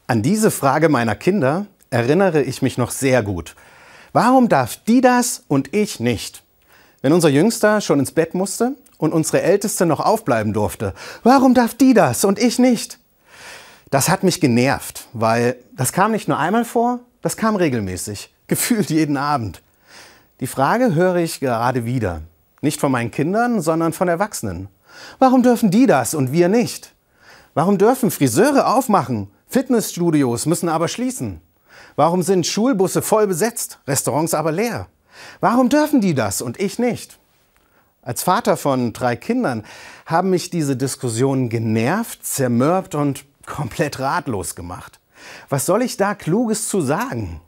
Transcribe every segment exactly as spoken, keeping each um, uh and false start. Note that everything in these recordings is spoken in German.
An diese Frage meiner Kinder erinnere ich mich noch sehr gut. Warum darf die das und ich nicht? Wenn unser Jüngster schon ins Bett musste und unsere Älteste noch aufbleiben durfte, warum darf die das und ich nicht? Das hat mich genervt, weil das kam nicht nur einmal vor, das kam regelmäßig, gefühlt jeden Abend. Die Frage höre ich gerade wieder. Nicht von meinen Kindern, sondern von Erwachsenen. Warum dürfen die das und wir nicht? Warum dürfen Friseure aufmachen? Fitnessstudios müssen aber schließen. Warum sind Schulbusse voll besetzt, Restaurants aber leer? Warum dürfen die das und ich nicht? Als Vater von drei Kindern haben mich diese Diskussionen genervt, zermürbt und komplett ratlos gemacht. Was soll ich da Kluges zu sagen?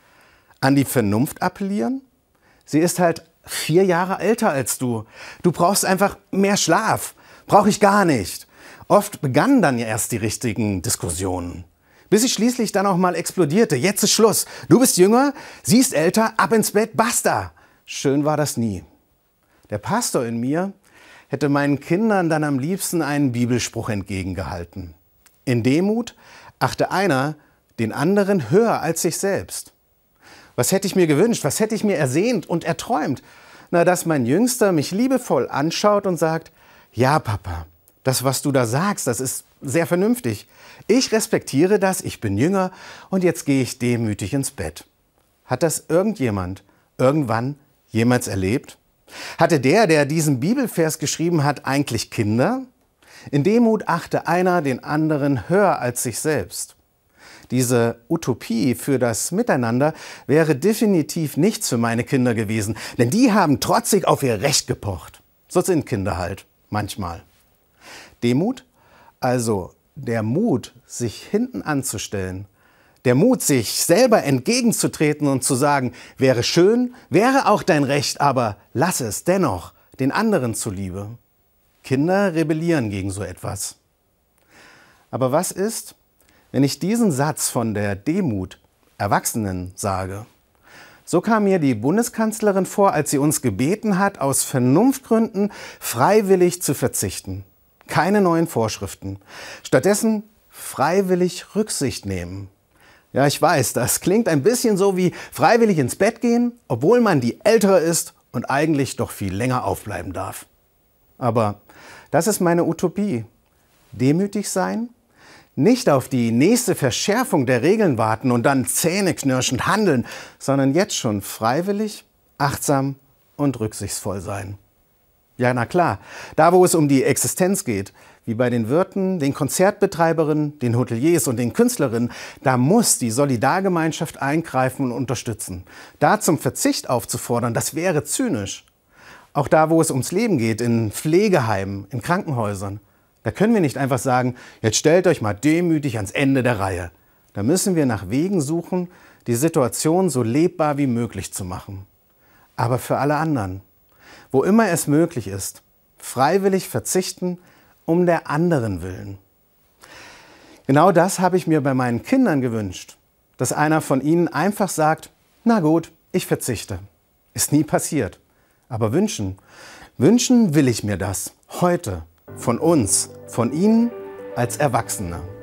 An die Vernunft appellieren? Sie ist halt vier Jahre älter als du. Du brauchst einfach mehr Schlaf. Brauche ich gar nicht. Oft begannen dann ja erst die richtigen Diskussionen. Bis sie schließlich dann auch mal explodierte. Jetzt ist Schluss. Du bist jünger, sie ist älter, ab ins Bett, basta. Schön war das nie. Der Pastor in mir hätte meinen Kindern dann am liebsten einen Bibelspruch entgegengehalten. In Demut achte einer den anderen höher als sich selbst. Was hätte ich mir gewünscht, was hätte ich mir ersehnt und erträumt? Na, dass mein Jüngster mich liebevoll anschaut und sagt, ja Papa, das, was du da sagst, das ist sehr vernünftig. Ich respektiere das, ich bin jünger und jetzt gehe ich demütig ins Bett. Hat das irgendjemand irgendwann jemals erlebt? Hatte der, der diesen Bibelvers geschrieben hat, eigentlich Kinder? In Demut achte einer den anderen höher als sich selbst. Diese Utopie für das Miteinander wäre definitiv nichts für meine Kinder gewesen, denn die haben trotzig auf ihr Recht gepocht. So sind Kinder halt, manchmal. Demut, also der Mut, sich hinten anzustellen, der Mut, sich selber entgegenzutreten und zu sagen, wäre schön, wäre auch dein Recht, aber lass es dennoch den anderen zuliebe. Kinder rebellieren gegen so etwas. Aber was ist, wenn ich diesen Satz von der Demut Erwachsenen sage? So kam mir die Bundeskanzlerin vor, als sie uns gebeten hat, aus Vernunftgründen freiwillig zu verzichten. Keine neuen Vorschriften. Stattdessen freiwillig Rücksicht nehmen. Ja, ich weiß, das klingt ein bisschen so wie freiwillig ins Bett gehen, obwohl man die Ältere ist und eigentlich doch viel länger aufbleiben darf. Aber das ist meine Utopie. Demütig sein, nicht auf die nächste Verschärfung der Regeln warten und dann zähneknirschend handeln, sondern jetzt schon freiwillig, achtsam und rücksichtsvoll sein. Ja, na klar, da wo es um die Existenz geht, wie bei den Wirten, den Konzertbetreiberinnen, den Hoteliers und den Künstlerinnen, da muss die Solidargemeinschaft eingreifen und unterstützen. Da zum Verzicht aufzufordern, das wäre zynisch. Auch da, wo es ums Leben geht, in Pflegeheimen, in Krankenhäusern, da können wir nicht einfach sagen, jetzt stellt euch mal demütig ans Ende der Reihe. Da müssen wir nach Wegen suchen, die Situation so lebbar wie möglich zu machen. Aber für alle anderen, wo immer es möglich ist, freiwillig verzichten, um der anderen willen. Genau das habe ich mir bei meinen Kindern gewünscht, dass einer von ihnen einfach sagt, na gut, ich verzichte. Ist nie passiert. Aber wünschen, wünschen will ich mir das heute, von uns, von Ihnen als Erwachsene.